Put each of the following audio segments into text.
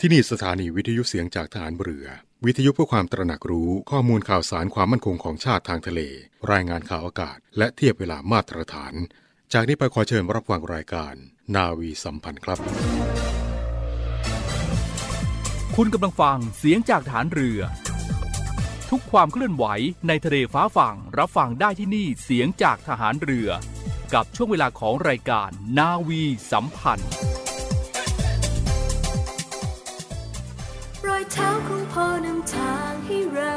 ที่นี่สถานีวิทยุเสียงจากทหารเรือวิทยุเพื่อความตระหนักรู้ข้อมูลข่าวสารความมั่นคงของชาติทางทะเลรายงานข่าวอากาศและเทียบเวลามาตรฐานจากนี้ไปขอเชิญรับฟังรายการนาวีสัมพันธ์ครับคุณกำลังฟังเสียงจากทหารเรือทุกความเคลื่อนไหวในทะเลฟ้าฝั่งรับฟังได้ที่นี่เสียงจากทหารเรือกับช่วงเวลาของรายการนาวีสัมพันธ์รอยเท้าของพ่อนำทางให้เรา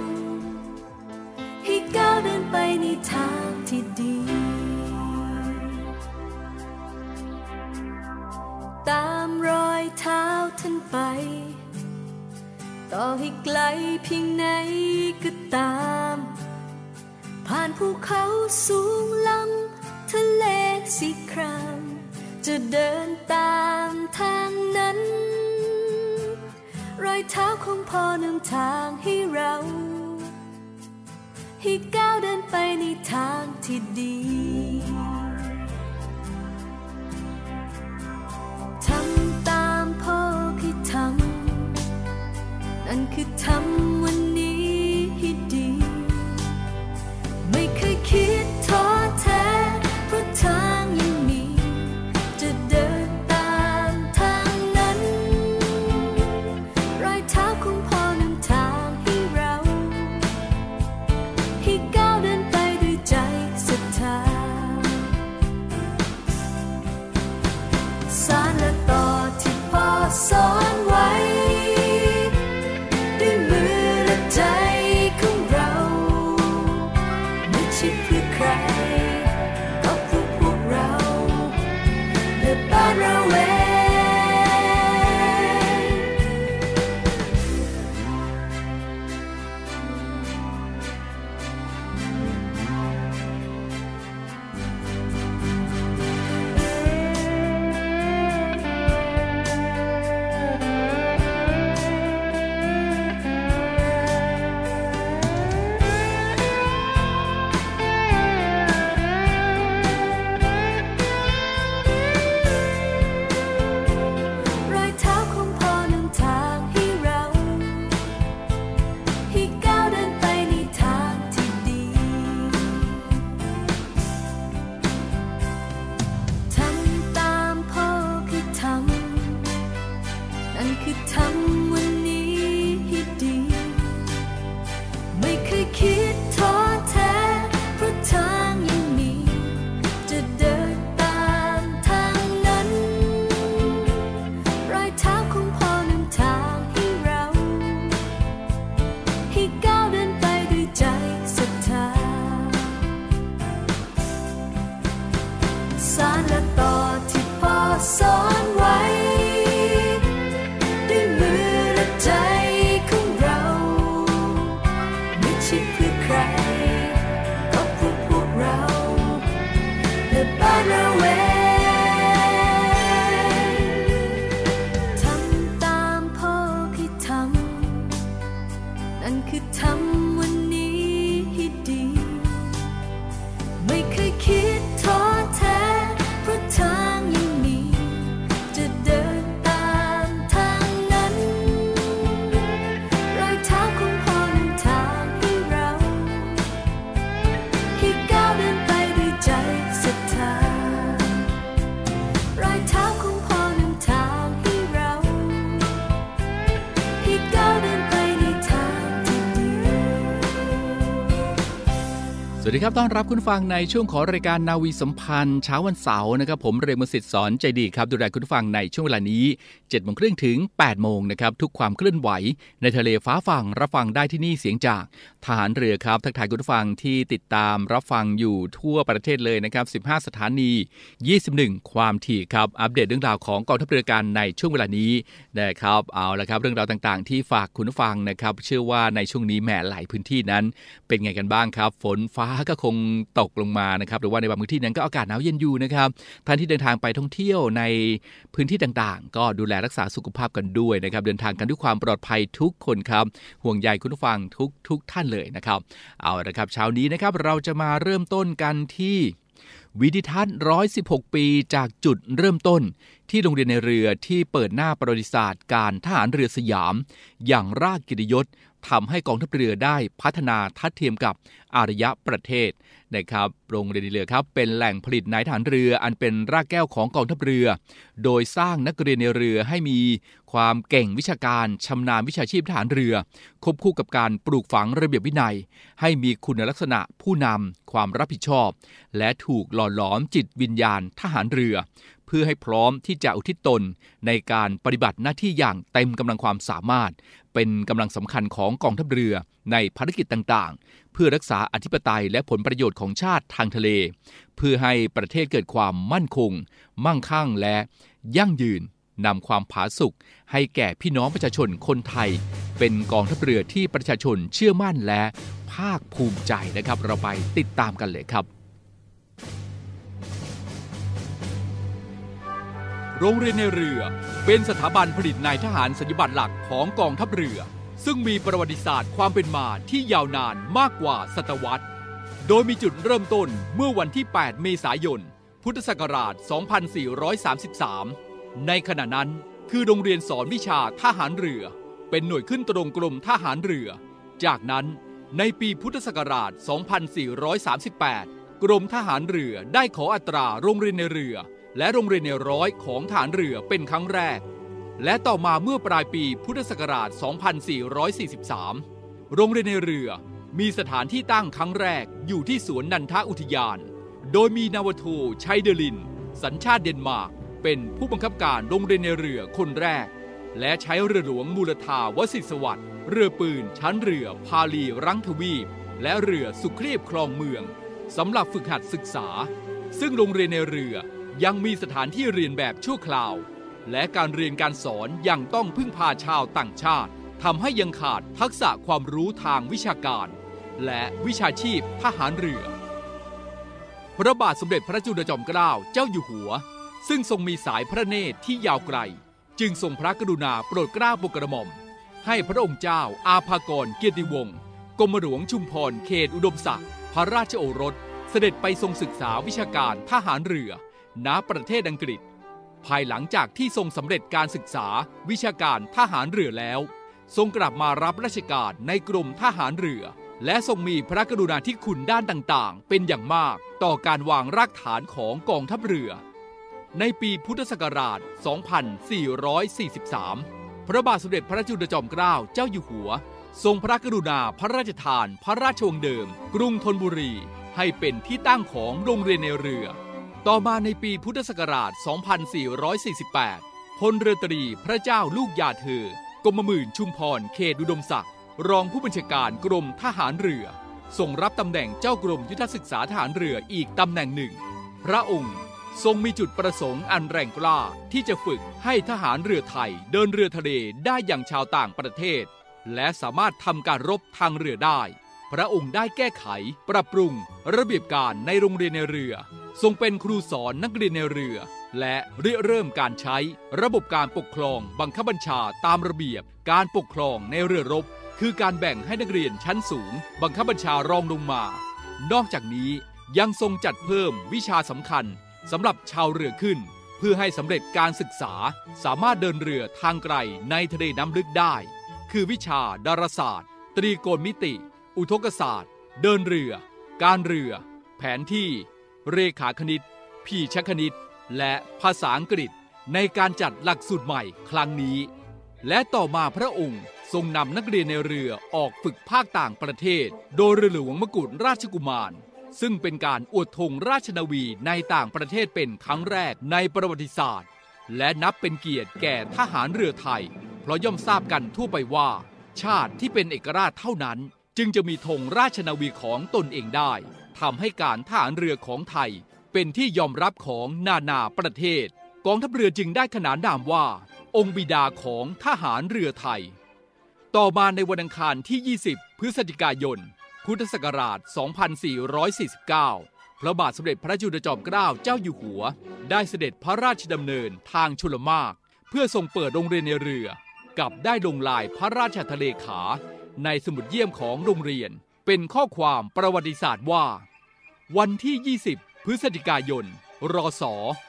ให้ก้าวเดินไปในทางที่ดีตามรอยเท้าท่านไปต่อให้ไกลเพียงไหนก็ตามผ่านภูเขาสูงล้ำทะเลสีครามจะเดินตามทางนั้นรอยเท้าของพ่อนำทางให้เราให้ก้าวเดินไปในทางที่ดีทำตามพ่อคือทำนั่นคือทำวันนี้ให้ดีไม่เคยคิดท้อแท้เพราะทางยังมีจะเดินตามทางนั้นรอยเท้าของพ่อนำทางให้เราให้ก้าวเดินไปด้วยใจศรัทธาสานและต่อที่พ่อสอนไว้ด้วยมือและใจของเราไม่ใช่เพื่อใครก็เพื่อพวกเราและบ้านเราเองสวัสดีครับต้อนรับคุณฟังในช่วงของรายการนาวีสัมพันธ์เช้าวันเสาร์นะครับผมเรมสิทธิ์สอนใจดีครับดูแลคุณฟังในช่วงเวลานี้ 7:30 นถึง 8:00 นนะครับทุกความเคลื่อนไหวในทะเลฟ้าฝั่งรับฟังได้ที่นี่เสียงจากทหารเรือครับทักทายคุณฟังที่ติดตามรับฟังอยู่ทั่วประเทศเลยนะครับ15สถานี21ความถี่ครับอัปเดตเรื่องราวของกองทัพเรือกันในช่วงเวลานี้นะครับเอาละครับเรื่องราวต่างๆที่ฝากคุณฟังนะครับเชื่อว่าในช่วงนี้แหมหลายพื้นที่นั้นเป็นไงกันบ้างครับฝนฟ้าก็คงตกลงมานะครับหรือว่าในบางพื้นที่นั้นก็อากาศหนาวเย็นอยู่นะครับท่านที่เดินทางไปท่องเที่ยวในพื้นที่ต่างๆก็ดูแลรักษาสุขภาพกันด้วยนะครับเดินทางกันด้วยความปลอดภัยทุกคนครับห่วงใยคุณผู้ฟังทุกท่านเลยนะครับเอาละครับเช้านี้นะครับเราจะมาเริ่มต้นกันที่วิดิทัศน์116 ปีจากจุดเริ่มต้นที่โรงเรียนในเรือที่เปิดหน้าประวัติศาสตร์การทหารเรือสยามอย่างรากกิตติยศทำให้กองทัพเรือได้พัฒนาทัดเทียมกับอารยประเทศนะครับโรงเรียนในเรือครับเป็นแหล่งผลิตนายทหารเรืออันเป็นรากแก้วของกองทัพเรือโดยสร้างนักเรียนในเรือให้มีความเก่งวิชาการชำนาญวิชาชีพทหารเรือควบคู่กับการปลูกฝังระเบียบวินัยให้มีคุณลักษณะผู้นำความรับผิดชอบและถูกหล่อหลอมจิตวิญญาณทหารเรือเพื่อให้พร้อมที่จะอุทิศตนในการปฏิบัติหน้าที่อย่างเต็มกำลังความสามารถเป็นกำลังสำคัญของกองทัพเรือในภารกิจต่างๆเพื่อรักษาอธิปไตยและผลประโยชน์ของชาติทางทะเลเพื่อให้ประเทศเกิดความมั่นคงมั่งคั่งและยั่งยืนนำความผาสุกให้แก่พี่น้องประชาชนคนไทยเป็นกองทัพเรือที่ประชาชนเชื่อมั่นและภาคภูมิใจนะครับเราไปติดตามกันเลยครับโรงเรียนในเรือเป็นสถาบันผลิตนายทหารสัญญบัตรหลักของกองทัพเรือซึ่งมีประวัติศาสตร์ความเป็นมาที่ยาวนานมากกว่าศตวรรษโดยมีจุดเริ่มต้นเมื่อวันที่ 8 เมษายน พุทธศักราช 2433 ในขณะนั้นคือโรงเรียนสอนวิชาทหารเรือเป็นหน่วยขึ้นตรงกรมทหารเรือจากนั้นในปีพุทธศักราช 2438 กรมทหารเรือได้ขออัตราโรงเรียนในเรือและโรงเรียนในร้อยของทหารเรือเป็นครั้งแรกและต่อมาเมื่อปลายปีพุทธศักราช 2443 โรงเรียนในเรือมีสถานที่ตั้งครั้งแรกอยู่ที่สวนนันทอุทยานโดยมีนาวาโทชัยเดลินสัญชาติเดนมาร์กเป็นผู้บังคับการโรงเรียนในเรือคนแรกและใช้เรือหลวงมูลธาวสิทธิสวัสดิ์เรือปืนชั้นเรือพาลีรังทวีปและเรือสุครีบคลองเมืองสำหรับฝึกหัดศึกษาซึ่งโรงเรียนในเรือยังมีสถานที่เรียนแบบชั่วคราวและการเรียนการสอนยังต้องพึ่งพาชาวต่างชาติทำให้ยังขาดทักษะความรู้ทางวิชาการและวิชาชีพทหารเรือพระบาทสมเด็จพระจุลจอมเกล้าเจ้าอยู่หัวซึ่งทรงมีสายพระเนตรที่ยาวไกลจึงทรงพระกรุณาโปรดเกล้าโปรดกระหม่อมให้พระองค์เจ้าอาภากรเกียรติวงศ์กรมหลวงชุมพรเขตอุดมศักดิ์พระราชโอรสเสด็จไปทรงศึกษาวิชาการทหารเรือณประเทศอังกฤษภายหลังจากที่ทรงสำเร็จการศึกษาวิชาการทหารเรือแล้วทรงกลับมารับราชการในกรมทหารเรือและทรงมีพระกรุณาธิคุณด้านต่างๆเป็นอย่างมากต่อการวางรากฐานของกองทัพเรือในปีพุทธศักราช 2443 พระบาทสมเด็จพระจุลจอมเกล้าเจ้าอยู่หัวทรงพระกรุณาพระราชทานพระราชวังเดิมกรุงธนบุรีให้เป็นที่ตั้งของโรงเรียนในเรือต่อมาในปีพุทธศักราช 2448 พลเรือตรีพระเจ้าลูกยาเธอกรมหมื่นชุมพรเขตอุดมศักดิ์รองผู้บัญชาการกรมทหารเรือทรงรับตำแหน่งเจ้ากรมยุทธศึกษาทหารเรืออีกตำแหน่งหนึ่งพระองค์ทรงมีจุดประสงค์อันแรงกล้าที่จะฝึกให้ทหารเรือไทยเดินเรือทะเลได้อย่างชาวต่างประเทศและสามารถทำการรบทางเรือได้พระองค์ได้แก้ไขปรับปรุงระเบียบการในโรงเรียนในเรือทรงเป็นครูสอนนักเรียนในเรือและเริ่มการใช้ระบบการปกครองบังคับบัญชาตามระเบียบการปกครองในเรือรบคือการแบ่งให้นักเรียนชั้นสูงบังคับบัญชารองลงมานอกจากนี้ยังทรงจัดเพิ่มวิชาสำคัญสำหรับชาวเรือขึ้นเพื่อให้สำเร็จการศึกษาสามารถเดินเรือทางไกลในทะเลน้ำลึกได้คือวิชาดาราศาสตร์ตรีโกณมิติอุทกศาสตร์เดินเรือการเรือแผนที่เรขาคณิตพีชคณิตและภาษาอังกฤษในการจัดหลักสูตรใหม่ครั้งนี้และต่อมาพระองค์ทรงนำนักเรียนในเรือออกฝึกภาคต่างประเทศโดยเรือหลวงมกุฎราชกุมารซึ่งเป็นการอวดธงราชนาวีในต่างประเทศเป็นครั้งแรกในประวัติศาสตร์และนับเป็นเกียรติแก่ทหารเรือไทยเพราะย่อมทราบกันทั่วไปว่าชาติที่เป็นเอกราชเท่านั้นจึงจะมีธงราชนาวีของตนเองได้ทำให้การทหารเรือของไทยเป็นที่ยอมรับของนานาประเทศกองทัพเรือจึงได้ขนานนามว่าองค์บิดาของทหารเรือไทยต่อมาในวันอังคารที่ 20 พฤศจิกายน พุทธศักราช 2449 พระบาทสมเด็จพระจุลจอมเกล้าเจ้าอยู่หัวได้เสด็จพระราชดำเนินทางชลมารเพื่อทรงเปิดโรงเรียนในเรือกับได้ลงลายพระราชทะเลขาในสมุดเยี่ยมของโรงเรียนเป็นข้อความประวัติศาสตร์ว่าวันที่ 20 พฤศจิกายน รศ.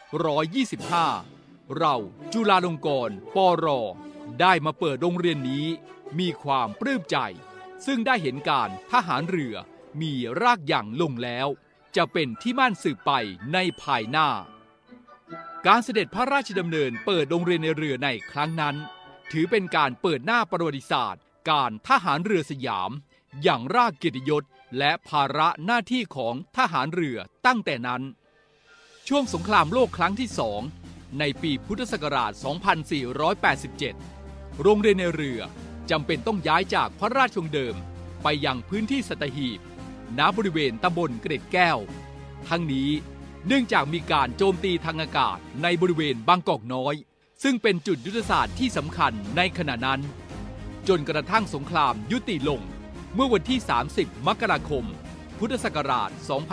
125เราจุฬาลงกรณ์ปรได้มาเปิดโรงเรียนนี้มีความปลื้มใจซึ่งได้เห็นการทหารเรือมีรากหยั่งลงแล้วจะเป็นที่มั่นสืบไปในภายหน้าการเสด็จพระราชดำเนินเปิดโรงเรียนในเรือในครั้งนั้นถือเป็นการเปิดหน้าประวัติศาสตร์การทหารเรือสยามอย่างรากเกียรติยศและภาระหน้าที่ของทหารเรือตั้งแต่นั้นช่วงสงครามโลกครั้งที่2ในปีพุทธศักราช 2487 โรงเรียนในเรือจำเป็นต้องย้ายจากพระราชวังเดิมไปยังพื้นที่สัตหีบณบริเวณตำบลเกร็ดแก้วทั้งนี้เนื่องจากมีการโจมตีทางอากาศในบริเวณบางกอกน้อยซึ่งเป็นจุดยุทธศาสตร์ที่สำคัญในขณะนั้นจนกระทั่งสงครามยุติลงเมื่อวันที่ 30 มกราคม พุทธศักราช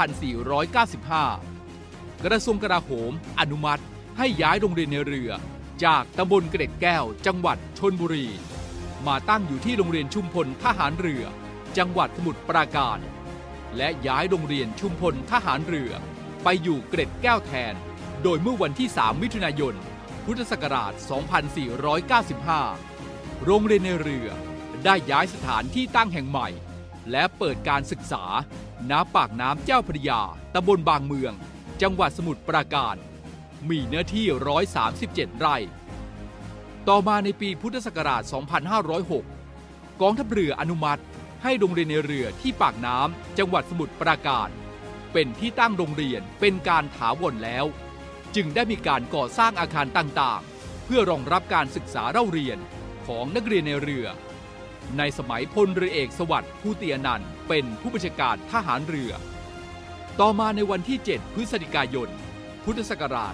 2495 กระทรวงกลาโหมอนุมัติให้ย้ายโรงเรียนในเรือจากตำบลเกร็ดแก้วจังหวัดชลบุรีมาตั้งอยู่ที่โรงเรียนชุมพลทหารเรือจังหวัดสมุทรปราการและย้ายโรงเรียนชุมพลทหารเรือไปอยู่เกร็ดแก้วแทนโดยเมื่อวันที่ 3 มิถุนายน พุทธศักราช 2495 โรงเรียนในเรือได้ย้ายสถานที่ตั้งแห่งใหม่และเปิดการศึกษาณปากน้ำเจ้าพระยาตำบลบางเมืองจังหวัดสมุทรปราการมีเนื้อที่ 137 ไร่ต่อมาในปีพุทธศักราช 2506 กองทัพเรืออนุมัติให้โรงเรียนในเรือที่ปากน้ำจังหวัดสมุทรปราการเป็นที่ตั้งโรงเรียนเป็นการถาวรแล้วจึงได้มีการก่อสร้างอาคารต่างๆเพื่อรองรับการศึกษาเล่าเรียนของนักเรียนในเรือในสมัยพลเรือเอกสวัสดิ์ผู้เตียนันท์เป็นผู้บัญชาการทหารเรือต่อมาในวันที่ 7 พฤศจิกายน พุทธศักราช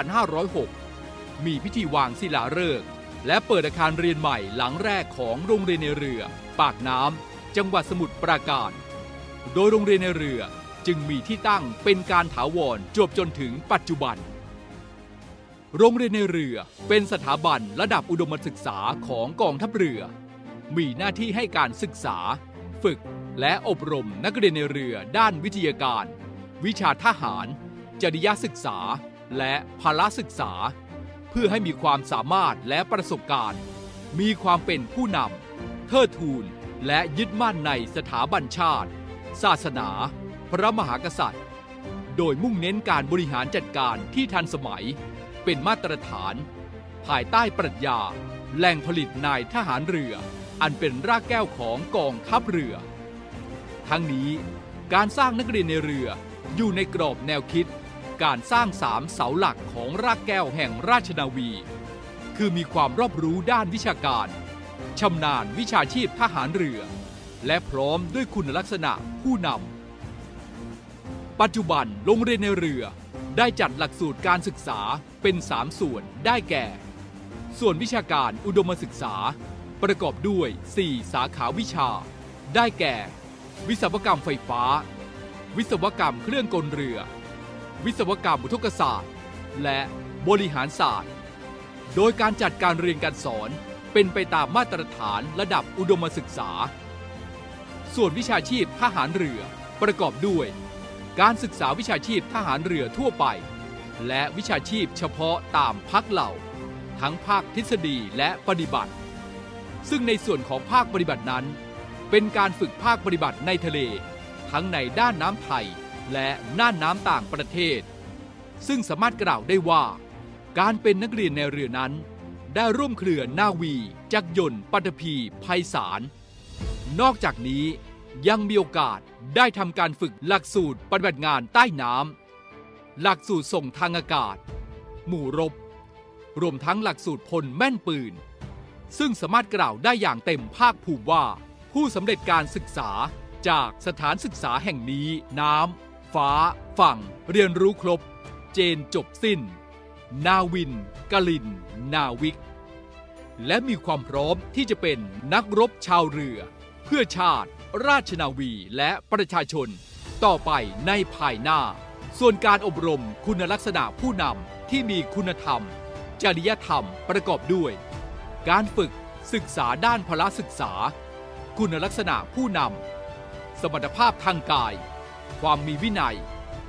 2506 มีพิธีวางศิลาฤกษ์และเปิดอาคารเรียนใหม่หลังแรกของโรงเรียนในเรือปากน้ำจังหวัดสมุทรปราการโดยโรงเรียนในเรือจึงมีที่ตั้งเป็นการถาวรจนถึงปัจจุบันโรงเรียนในเรือเป็นสถาบันระดับอุดมศึกษาของกองทัพเรือมีหน้าที่ให้การศึกษาฝึกและอบรมนักเรียนในเรือด้านวิทยาการวิชาทหารจริยศึกษาและพละศึกษาเพื่อให้มีความสามารถและประสบการณ์มีความเป็นผู้นำเทิดทูนและยึดมั่นในสถาบันชาติศาสนาพระมหากษัตริย์โดยมุ่งเน้นการบริหารจัดการที่ทันสมัยเป็นมาตรฐานภายใต้ปรัชญาแหล่งผลิตนายทหารเรืออันเป็นรากแก้วของกองทัพเรือทั้งนี้การสร้างนักเรียนในเรืออยู่ในกรอบแนวคิดการสร้าง3เสาหลักของรากแก้วแห่งราชนาวีคือมีความรอบรู้ด้านวิชาการชำนาญวิชาชีพทหารเรือและพร้อมด้วยคุณลักษณะผู้นำปัจจุบันโรงเรียนในเรือได้จัดหลักสูตรการศึกษาเป็น3ส่วนได้แก่ส่วนวิชาการอุดมศึกษาประกอบด้วย4สาขาวิชาได้แก่วิศวกรรมไฟฟ้าวิศวกรรมเครื่องกลเรือวิศวกรรมอุทกศาสตร์และบริหารศาสตร์โดยการจัดการเรียนการสอนเป็นไปตามมาตรฐานระดับอุดมศึกษาส่วนวิชาชีพทหารเรือประกอบด้วยการศึกษาวิชาชีพทหารเรือทั่วไปและวิชาชีพเฉพาะตามภาคเหล่าทั้งภาคทฤษฎีและปฏิบัติซึ่งในส่วนของภาคปฏิบัตินั้นเป็นการฝึกภาคปฏิบัติในทะเลทั้งในด้านน้ำไทยและน่านน้ำต่างประเทศซึ่งสามารถกล่าวได้ว่าการเป็นนักเรียนในเรือนั้นได้ร่วมเครือนาวีจักรยนต์ปัตภีไพศาลนอกจากนี้ยังมีโอกาสได้ทำการฝึกหลักสูตรปฏิบัติงานใต้น้ำหลักสูตรส่งทางอากาศหมู่รบรวมทั้งหลักสูตรพลแม่นปืนซึ่งสามารถกล่าวได้อย่างเต็มภาคภูมิว่าผู้สำเร็จการศึกษาจากสถานศึกษาแห่งนี้น้ำฟ้าฝั่งเรียนรู้ครบเจนจบสิ้นนาวินกลินนาวิกและมีความพร้อมที่จะเป็นนักรบชาวเรือเพื่อชาติราชนาวีและประชาชนต่อไปในภายหน้าส่วนการอบรมคุณลักษณะผู้นำที่มีคุณธรรมจริยธรรมประกอบด้วยการฝึกศึกษาด้านพละศึกษาคุณลักษณะผู้นำสมรรถภาพทางกายความมีวินัย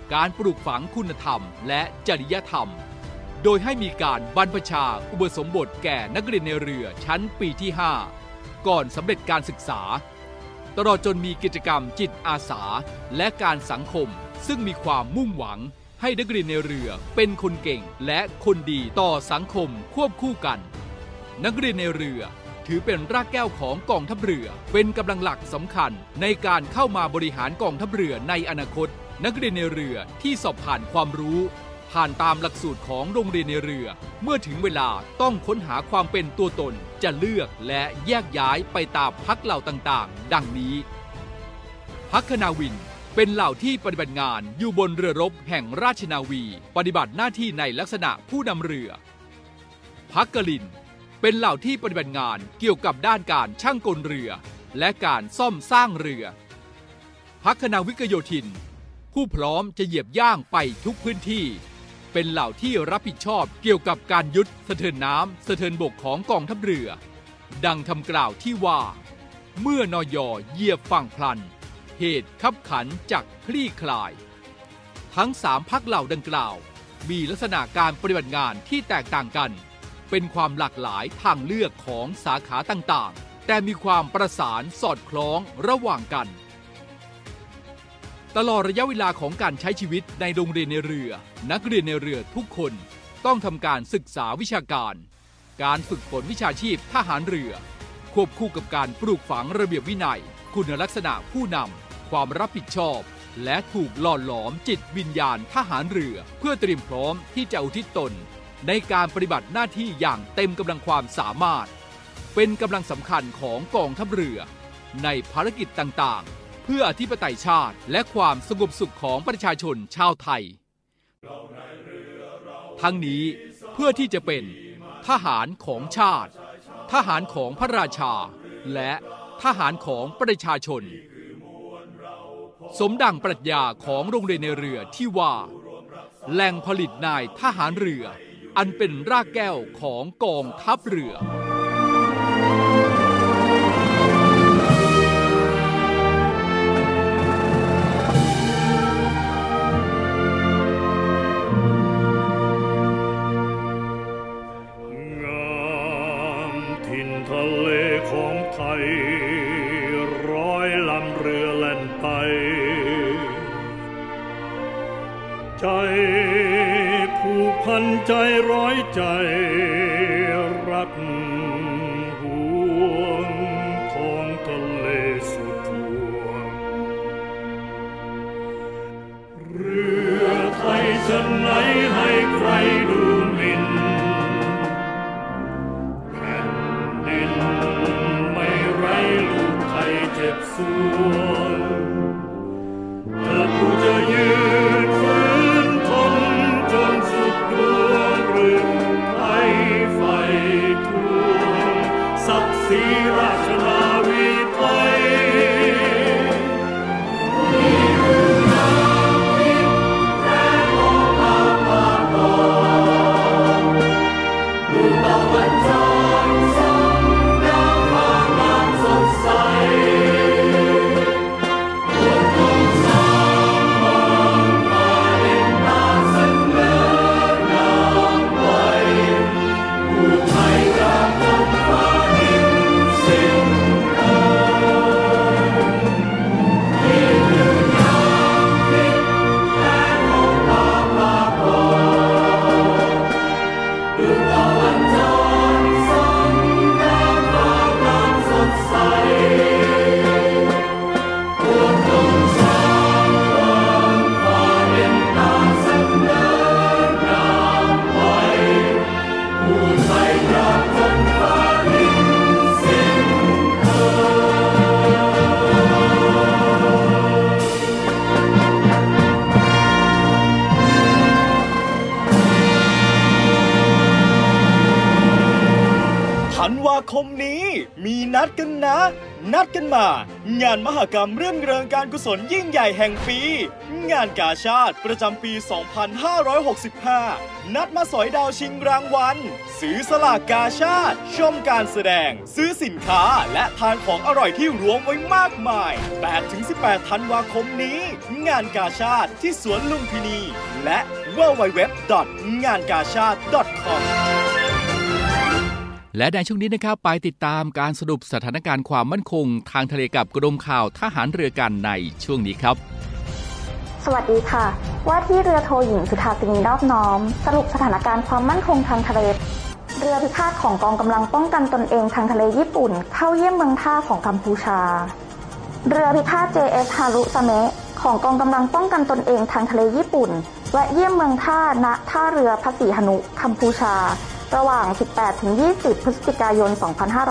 การปลูกฝังคุณธรรมและจริยธรรมโดยให้มีการบรรพชาอุปสมบทแก่นักเรียนในเรือชั้นปีที่ 5 ก่อนสำเร็จการศึกษาตลอดจนมีกิจกรรมจิตอาสาและการสังคมซึ่งมีความมุ่งหวังให้นักเรียนในเรือเป็นคนเก่งและคนดีต่อสังคมควบคู่กันนักเรียนในเรือถือเป็นรากแก้วของกองทัพเรือเป็นกำลังหลักสำคัญในการเข้ามาบริหารกองทัพเรือในอนาคตนักเรียนในเรือที่สอบผ่านความรู้ผ่านตามหลักสูตรของโรงเรียนในเรือเมื่อถึงเวลาต้องค้นหาความเป็นตัวตนจะเลือกและแยกย้ายไปตามพรรคเหล่าต่างๆดังนี้พรรคนาวินเป็นเหล่าที่ปฏิบัติงานอยู่บนเรือรบแห่งราชนาวีปฏิบัติหน้าที่ในลักษณะผู้นำเรือพรรคกลินเป็นเหล่าที่ปฏิบัติงานเกี่ยวกับด้านการช่างกลเรือและการซ่อมสร้างเรือพรรคนาวิกโยธินผู้พร้อมจะเหยียบย่างไปทุกพื้นที่เป็นเหล่าที่รับผิดชอบเกี่ยวกับการยุดสะเทินน้ำสะเทินบกของกองทัพเรือดังคำกล่าวที่ว่าเมื่อนย.เหยียบฝั่งพลันเหตุคับขันจักคลี่คลายทั้ง3พรรคเหล่าดังกล่าวมีลักษณะการปฏิบัติงานที่แตกต่างกันเป็นความหลากหลายทางเลือกของสาขาต่างๆแต่มีความประสานสอดคล้องระหว่างกันตลอดระยะเวลาของการใช้ชีวิตในโรงเรียนในเรือนักเรียนในเรือทุกคนต้องทำการศึกษาวิชาการการฝึกฝนวิชาชีพทหารเรือควบคู่กับการปลูกฝังระเบียบวินัยคุณลักษณะผู้นำความรับผิดชอบและถูกหล่อหลอมจิตวิญญาณทหารเรือเพื่อเตรียมพร้อมที่จะอุทิศตนในการปฏิบัติหน้าที่อย่างเต็มกำลังความสามารถเป็นกำลังสำคัญของกองทัพเรือในภารกิจต่างๆเพื่ออธิปไตยชาติและความสงบสุขของประชาชนชาวไทยทั้งนี้เพื่อที่จะเป็นทหารของชาติทหารของพระราชาและทหารของประชาชนสมดังปรัชญาของโรงเรียนในเรือที่ว่าแหล่งผลิตนายทหารเรืออันเป็นรากแก้วของกองทัพเรืองามถิ่นทะเลของไทยร้อยลำเรือแล่นไปใจผูกพันใจร้อยใจรักห่วงท้องทะเลสุดทั่วเรือไทยจะไหนให้ใครดูหมิ่นแผ่นดินไม่ไร้ลูกไทยเจ็บสวงเธอผู้จะยืนฝืนทนจนสุดดวงหรือไทยไฟทวงศักดิ์ศรีราชนาวีไทยไมนี้มีนัดกันนะนัดกันมางานมหกรรมเรื่องเริงการกุศลยิ่งใหญ่แห่งปีงานกาชาดประจำปี 2565 นัดมาสอยดาวชิงรางวัลซื้อสลากกาชาดชมการแสดงซื้อสินค้าและทานของอร่อยที่รวมไว้มากมาย 8-18 ธันวาคมนี้งานกาชาดที่สวนลุมพินีและ www.ngankashad.com และในช่วงนี้นะครับไปติดตามการสรุปสถานการณ์ความมั่นคงทางทะเลกับกรมข่าวทหารเรือกันในช่วงนี้ครับสวัสดีค่ะว่าที่เรือโทหญิงสุธาสินีนอบน้อมสรุปสถานการณ์ความมั่นคงทางทะเลเรือพิฆาตของกองกำลังป้องกันตนเองทางทะเลญี่ปุ่นเข้าเยี่ยมเมืองท่าของกัมพูชาเรือพิฆาต JS ฮารุซาเมะของกองกำลังป้องกันตนเองทางทะเลญี่ปุ่นแวะเยี่ยมเมืองท่าณท่าเรือพระศรีหนุกัมพูชาระหว่าง 18-20 พฤศจิกายน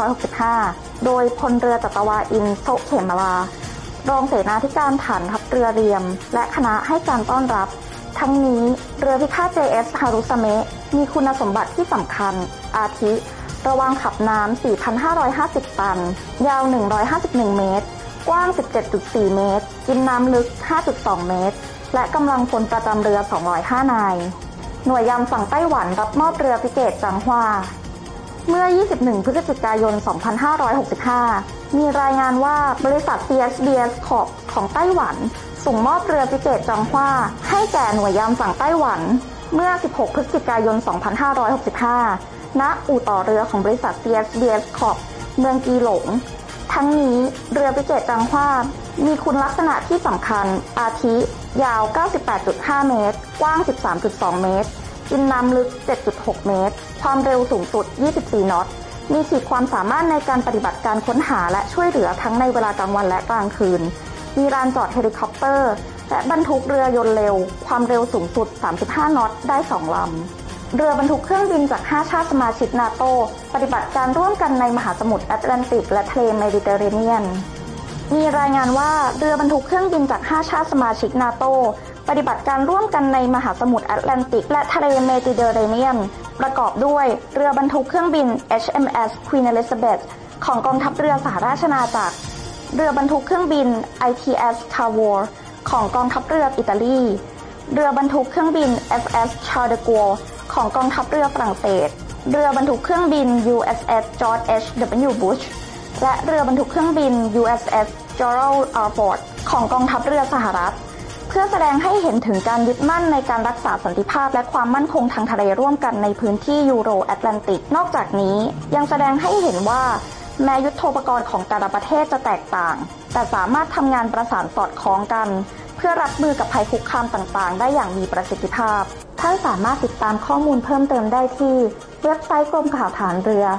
2565 โดยพลเรือจัตวาอินโซเขมรารองเสนาธิการฐานทัพเรือเรียมและคณะให้การต้อนรับทั้งนี้เรือพิฆาต JS ฮารุซาเมะมีคุณสมบัติที่สำคัญอาทิระวางขับน้ำ 4,550 ตันยาว 151 เมตรกว้าง 17.4 เมตรกินน้ำลึก 5.2 เมตรและกำลังพลประจำเรือ 205 นายหน่วยยามฝั่งไต้หวันรับมอบเรือฟริเกตจังหวาเมื่อ 21 พฤศจิกายน 2565 มีรายงานว่าบริษัท CSBS Corp ของไต้หวันส่งมอบเรือฟริเกตจังหวาให้แก่หน่วยยามฝั่งไต้หวันเมื่อ 16 พฤศจิกายน 2565 ณ อู่ต่อเรือของบริษัท CSBS Corp เมืองกีหลงทั้งนี้เรือฟริเกตจังหวามีคุณลักษณะที่สำคัญอาทิยาว 98.5 เมตรกว้าง 13.2 เมตรกินน้ำลึก 7.6 เมตรความเร็วสูงสุด 24 นอตมีขีดความสามารถในการปฏิบัติการค้นหาและช่วยเหลือทั้งในเวลากลางวันและกลางคืนมีลานจอดเฮลิคอปเตอร์และบรรทุกเรือยนต์เร็วความเร็วสูงสุด 35 นอตได้ 2 ลำเรือบรรทุกเครื่องบินจาก 5 ชาติสมาชิกนาโตปฏิบัติการร่วมกันในมหาสมุทรแอตแลนติกและทะเลเมดิเตอร์เรเนียนมีรายงานว่าเรือบรรทุกเครื่องบินจาก 5 ชาติสมาชิกนาโตปฏิบัติการร่วมกันในมหาสมุทรแอตแลนติกและทะเลเมดิเตอร์เรเนียนประกอบด้วยเรือบรรทุกเครื่องบิน HMS Queen Elizabeth ของกองทัพเรือสหราชอาณาจักรเรือบรรทุกเครื่องบิน ITS Cavour ของกองทัพเรืออิตาลีเรือบรรทุกเครื่องบิน FS Charles de Gaulle ของกองทัพเรือฝรั่งเศสเรือบรรทุกเครื่องบิน USS George H.W. Bush และเรือบรรทุกเครื่องบิน USS Gerald R. Ford ของกองทัพเรือสหรัฐเพื่อแสดงให้เห็นถึงการยึดมั่นในการรักษาสันติภาพและความมั่นคงทางทะเลร่วมกันในพื้นที่ยูโรแอตแลนติกนอกจากนี้ยังแสดงให้เห็นว่าแม้ยุทโธปกรณ์ของแต่ละประเทศจะแตกต่างแต่สามารถทำงานประสานสอดคล้องกันเพื่อรับมือกับภัยคุกคามต่างๆได้อย่างมีประสิทธิภาพท่านสามารถติดตามข้อมูลเพิ่มเติมได้ที่เว็บไซต์กรมข่าวฐานเรือ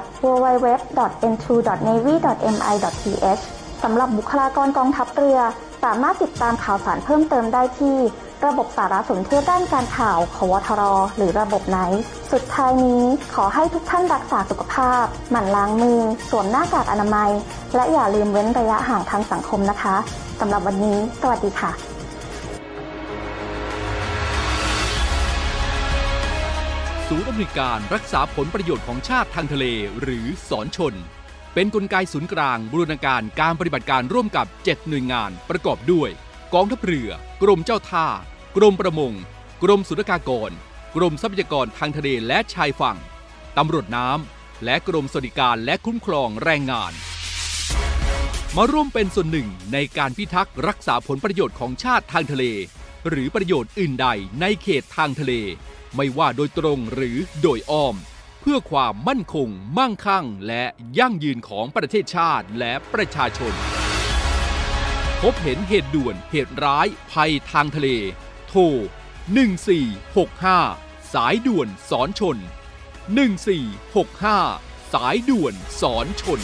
www.n2.navy.mi.th สำหรับบุคลากรกองทัพเรือสามารถติดตามข่าวสารเพิ่มเติมได้ที่ระบบสารสนเทศด้านการข่าวขวทรหรือระบบ NICE สุดท้ายนี้ขอให้ทุกท่านรักษาสุขภาพหมั่นล้างมือสวมหน้ากากอนามัยและอย่าลืมเว้นระยะห่างทางสังคมนะคะสำหรับวันนี้สวัสดีค่ะศูนย์อำนวยการรักษาผลประโยชน์ของชาติทางทะเลหรือศรชนเป็นกลไกศูนย์กลางบูรณาการการปฏิบัติการร่วมกับ7หน่วยงานประกอบด้วยกองทัพเรือกรมเจ้าท่ากรมประมงกรมศุลกากรกรมทรัพยากรทางทะเลและชายฝั่งตำรวจน้ำและกรมสวัสดิการและคุ้มครองแรงงานมาร่วมเป็นส่วนหนึ่งในการพิทักษ์รักษาผลประโยชน์ของชาติทางทะเลหรือประโยชน์อื่นใดในเขตทางทะเลไม่ว่าโดยตรงหรือโดยอ้อมเพื่อความมั่นคงมั่งคั่งและยั่งยืนของประเทศชาติและประชาชนพบเห็นเหตุด่วนเหตุร้ายภัยทางทะเลโทร1465สายด่วนสอนชน1465สายด่วนสอนชน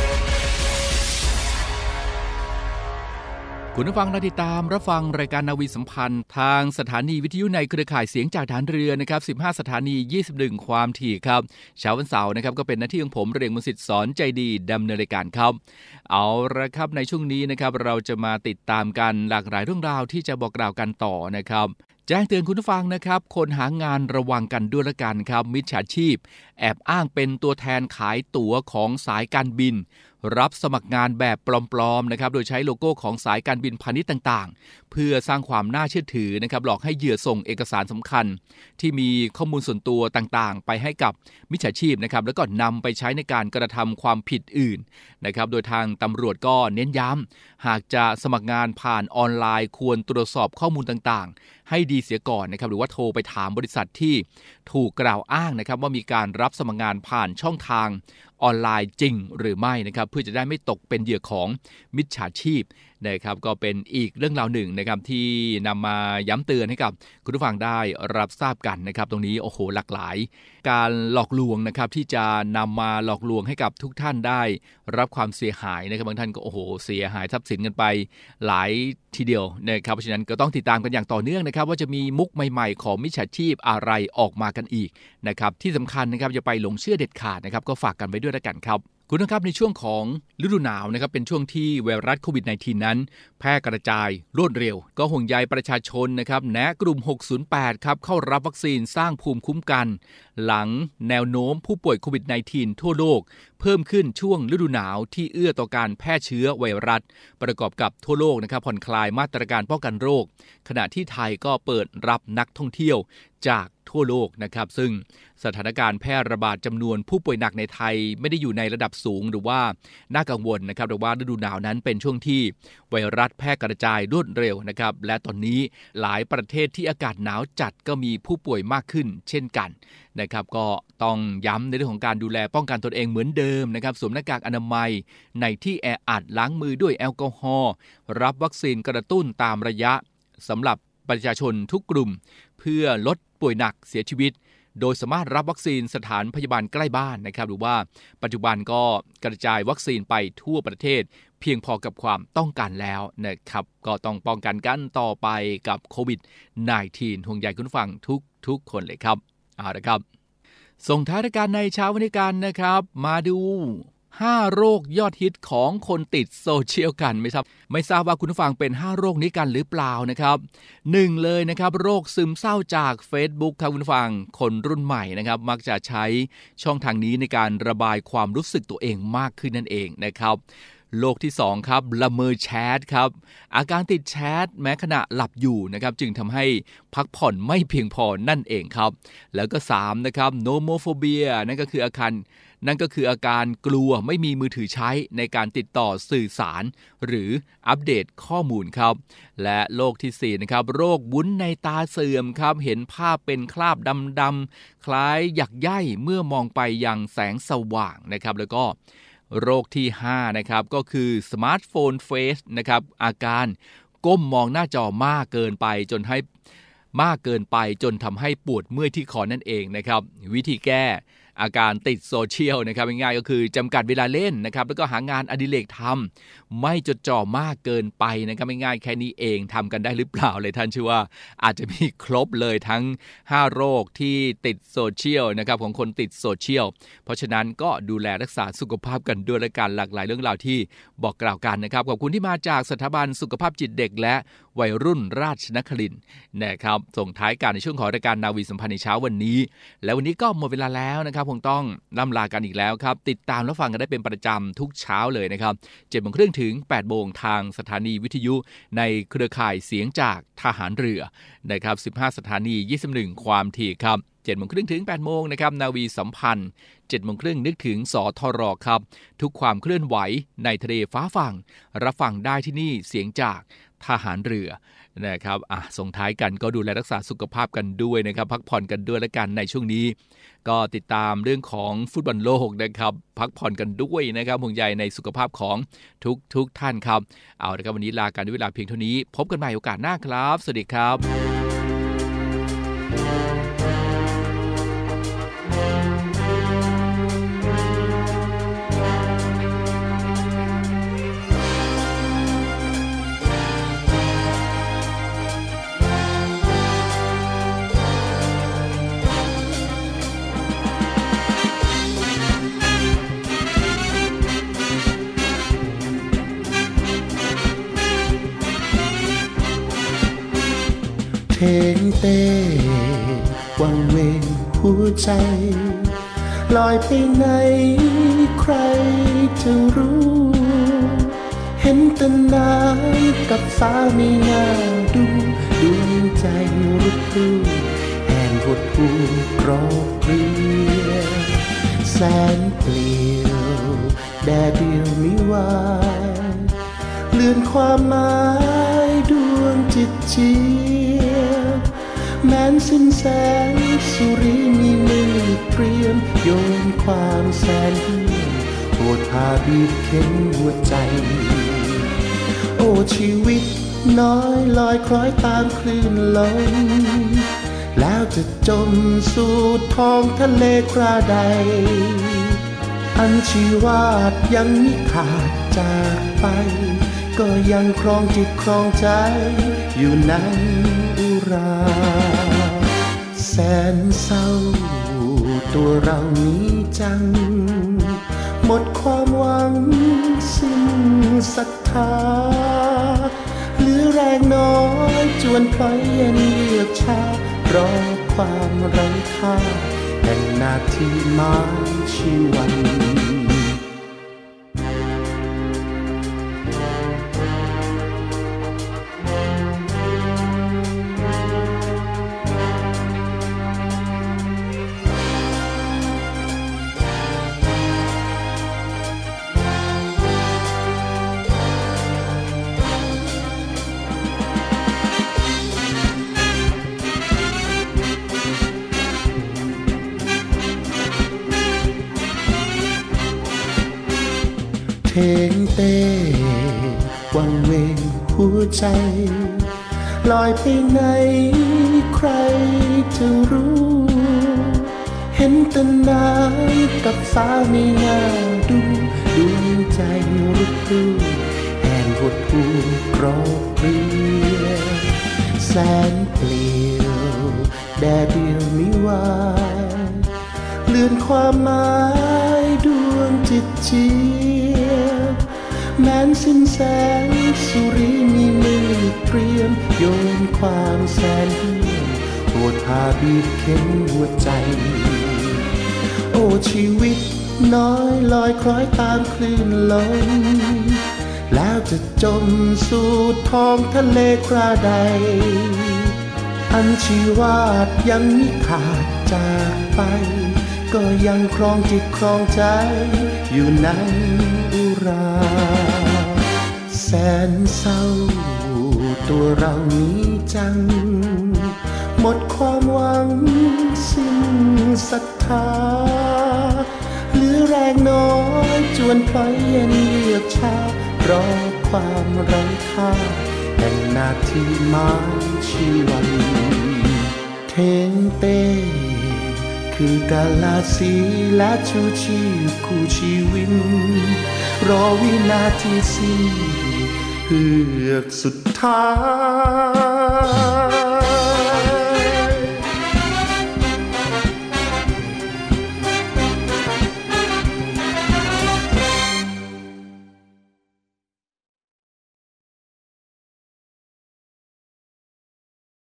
คุณผู้ฟังติดตามรับฟังรายการนาวีสัมพันธ์ทางสถานีวิทยุในเครือข่ายเสียงจากฐานเรือนะครับ15สถานี21ความถี่ครับเช้าวันเสาร์นะครับก็เป็นหน้าที่ของผมเรียงมนต์สิทธิ์สอนใจดีดำเนินรายการครับเอาละครับในช่วงนี้นะครับเราจะมาติดตามกันหลากหลายเรื่องราวที่จะบอกกล่าวกันต่อนะครับแจ้งเตือนคุณผู้ฟังนะครับคนหางานระวังกันด้วยละกันครับมิจฉาชีพแอบอ้างเป็นตัวแทนขายตั๋วของสายการบินรับสมัครงานแบบปลอมๆนะครับโดยใช้โลโก้ของสายการบินพาณิชย์ต่างๆเพื่อสร้างความน่าเชื่อถือนะครับหลอกให้เหยื่อส่งเอกสารสำคัญที่มีข้อมูลส่วนตัวต่างๆไปให้กับมิจฉาชีพนะครับแล้วก็นำไปใช้ในการกระทำความผิดอื่นนะครับโดยทางตำรวจก็เน้นย้ำหากจะสมัครงานผ่านออนไลน์ควรตรวจสอบข้อมูลต่างๆให้ดีเสียก่อนนะครับหรือว่าโทรไปถามบริษัทที่ถูกกล่าวอ้างนะครับว่ามีการรับสมัครงานผ่านช่องทางออนไลน์จริงหรือไม่นะครับเพื่อจะได้ไม่ตกเป็นเหยื่อของมิจฉาชีพนะครับก็เป็นอีกเรื่องราวหนึ่งนะครับที่นำมาย้ำเตือนให้กับคุณผู้ฟังได้รับทราบกันนะครับตรงนี้โอ้โหหลากหลายการหลอกลวงนะครับที่จะนำมาหลอกลวงให้กับทุกท่านได้รับความเสียหายนะครับบางท่านก็โอ้โหเสียหายทรัพย์สินกันไปหลายทีเดียวนะครับเพราะฉะนั้นก็ต้องติดตามกันอย่างต่อเนื่องนะครับว่าจะมีมุกใหม่ๆของมิจฉาชีพอะไรออกมากันอีกนะครับที่สำคัญนะครับอย่าไปหลงเชื่อเด็ดขาดนะครับก็ฝากกันไว้ด้วยแล้วกันครับคุณนะครับในช่วงของฤดูหนาวนะครับเป็นช่วงที่ไวรัสโควิด -19 นั้นแพร่กระจายรวดเร็วก็ห่วงใยประชาชนนะครับแนะกลุ่ม608ครับเข้ารับวัคซีนสร้างภูมิคุ้มกันหลังแนวโน้มผู้ป่วยโควิด -19 ทั่วโลกเพิ่มขึ้นช่วงฤดูหนาวที่เอื้อต่อการแพร่เชื้อไวรัสประกอบกับทั่วโลกนะครับผ่อนคลายมาตรการป้องกันโรคขณะที่ไทยก็เปิดรับนักท่องเที่ยวจากทั่วโลกนะครับซึ่งสถานการณ์แพร่ระบาดจำนวนผู้ป่วยหนักในไทยไม่ได้อยู่ในระดับสูงหรือว่าน่ากังวลนะครับแต่ว่าฤดูหนาวนั้นเป็นช่วงที่ไวรัสแพร่กระจายรวดเร็วนะครับและตอนนี้หลายประเทศที่อากาศหนาวจัดก็มีผู้ป่วยมากขึ้นเช่นกันนะครับก็ต้องย้ำในเรื่องของการดูแลป้องกันตนเองเหมือนเดิมนะครับสวมหน้ากากอนามัยในที่แออัดล้างมือด้วยแอลกอฮอล์รับวัคซีนกระตุ้นตามระยะสำหรับประชาชนทุกกลุ่มเพื่อลดป่วยหนักเสียชีวิตโดยสามารถรับวัคซีนสถานพยาบาลใกล้บ้านนะครับหรือว่าปัจจุบันก็กระจายวัคซีนไปทั่วประเทศเพียงพอกับความต้องการแล้วนะครับก็ต้องป้องกันกันต่อไปกับโควิด -19 ห่วงใยคุณผู้ฟังทุกคนเลยครับเอาละครับส่งท้ายรายการในเช้าวันนี้กันนะครับมาดู5โรคยอดฮิตของคนติดโซเชียลกันไม่ทราบว่าคุณผู้ฟังเป็น5โรคนี้กันหรือเปล่านะครับ1เลยนะครับโรคซึมเศร้าจาก Facebook ครับคุณผู้ฟังคนรุ่นใหม่นะครับมักจะใช้ช่องทางนี้ในการระบายความรู้สึกตัวเองมากขึ้นนั่นเองนะครับโรคที่2ครับละเมอแชทครับอาการติดแชทแม้ขณะหลับอยู่นะครับจึงทำให้พักผ่อนไม่เพียงพอนั่นเองครับแล้วก็3นะครับโนโมโฟเบียนั่นก็คืออาการกลัวไม่มีมือถือใช้ในการติดต่อสื่อสารหรืออัปเดตข้อมูลครับและโรคที่4นะครับโรควุ้นในตาเสื่อมครับเห็นภาพเป็นคราบดำๆคล้ายหยักใยเมื่อมองไปยังแสงสว่างนะครับแล้วก็โรคที่5นะครับก็คือสมาร์ทโฟนเฟสนะครับอาการก้มมองหน้าจอมากเกินไปจนทำให้ปวดเมื่อยที่คอนั่นเองนะครับวิธีแก้อาการติดโซเชียลนะครับง่ายๆก็คือจำกัดเวลาเล่นนะครับแล้วก็หางานอดิเรกทำไม่จดจ่อมากเกินไปนะครับง่ายๆแค่นี้เองทำกันได้หรือเปล่าเลยท่านเชื่อว่าอาจจะมีครบเลยทั้ง5โรคที่ติดโซเชียลนะครับของคนติดโซเชียลเพราะฉะนั้นก็ดูแลรักษาสุขภาพกันด้วยและกันหลากหลายเรื่องราวที่บอกกล่าวกันนะครับขอบคุณที่มาจากสถาบันสุขภาพจิตเด็กและวัยรุ่นราชนครินทร์นะครับส่งท้ายการในช่วงของรายการนาวีสัมพันธ์ในเช้าวันนี้และวันนี้ก็หมดเวลาแล้วนะครับคงต้องล่ำลากันอีกแล้วครับติดตามและฟังกันได้เป็นประจำทุกเช้าเลยนะครับ 7:30 นถึง 8:00 นทางสถานีวิทยุในเครือข่ายเสียงจากทหารเรือนะครับ15สถานี21ความถี่ครับ 7:30 ถึง 8:00 นนะครับนาวีสัมพันธ์ 7:30 นึกถึงสทรครับทุกความเคลื่อนไหวในทะเลฟ้าฝั่งรับฟังได้ที่นี่เสียงจากทหารเรือนะครับส่งท้ายกันก็ดูแลรักษาสุขภาพกันด้วยนะครับพักผ่อนกันด้วยและกันในช่วงนี้ก็ติดตามเรื่องของฟุตบอลโลกนะครับพักผ่อนกันด้วยนะครับห่วงใยในสุขภาพของทุกท่านครับเอาละครับวันนี้ลากันด้วยเวลาเพียงเท่านี้พบกันใหม่โอกาสหน้าครับสวัสดีครับเทงเต้วังเวงหัวใจลอยไปไหนใครจะรู้เห็นแต่น้ำกับฟ้าไม่น่าดูดวงใจรุกรูแห่งหดหู่กรอบเกลียแสนเปลี่ยวแดดเดียวมิวายเลื่อนความหมายดวงจิตเจียบแม้นสิ้นแสงสุริมีมือเตรียมโยนความแสนเหี่ยวโปรดพาบีบเข็นหัวใจโอ้ชีวิตน้อยลอยคล้อยตามคลื่นลมแล้วจะจมสู่ท้องทะเลคราใดอันชีวาตยังมิขาดจากไปก็ยังครองจิตครองใจอยู่ในอุราแสนเศร้าตัวเรานี้จังหมดความหวังสิ้นศรัทธาเหลือแรงน้อยจวนพลอยเย็นเยือกชารอความไร้ค่าแห่งนาทีหมายชีวันเทงเต้วังเวงหัวใจลอยไปไหนใครจะรู้เห็นแต่น้ำกับฟ้าไม่น่าดูดวงใจรุกรูแห่งหดหู่กรอบเกลียแสนเปลี่ยวแดดเดียวมิวายเลื่อนความหมายดวงจิตเจียบแม้นสิ้นแสงสุริมีมือเตรียมโยนความแสนเหี่ยวโปรดพาบีบเข็นหัวใจโอ้ชีวิตน้อยลอยคล้อยตามคลื่นลมแล้วจะจมสู่ท้องทะเลคราใดอันชีวาตยังมิขาดจากไปก็ยังครองจิตครองใจอยู่ในอุราแสนเศร้าตัวเรานี้จังหมดความหวังสิ้นศรัทธาเหลือแรงน้อยจวนพลอยเย็นเยือกชารอความไร้ค่าแห่งนาทีหมายชีวันเทงเต้คือกาลาสีและชูชีพคู่ชีวิตรอวินาทีสิ้นเฮือกสุดท้าย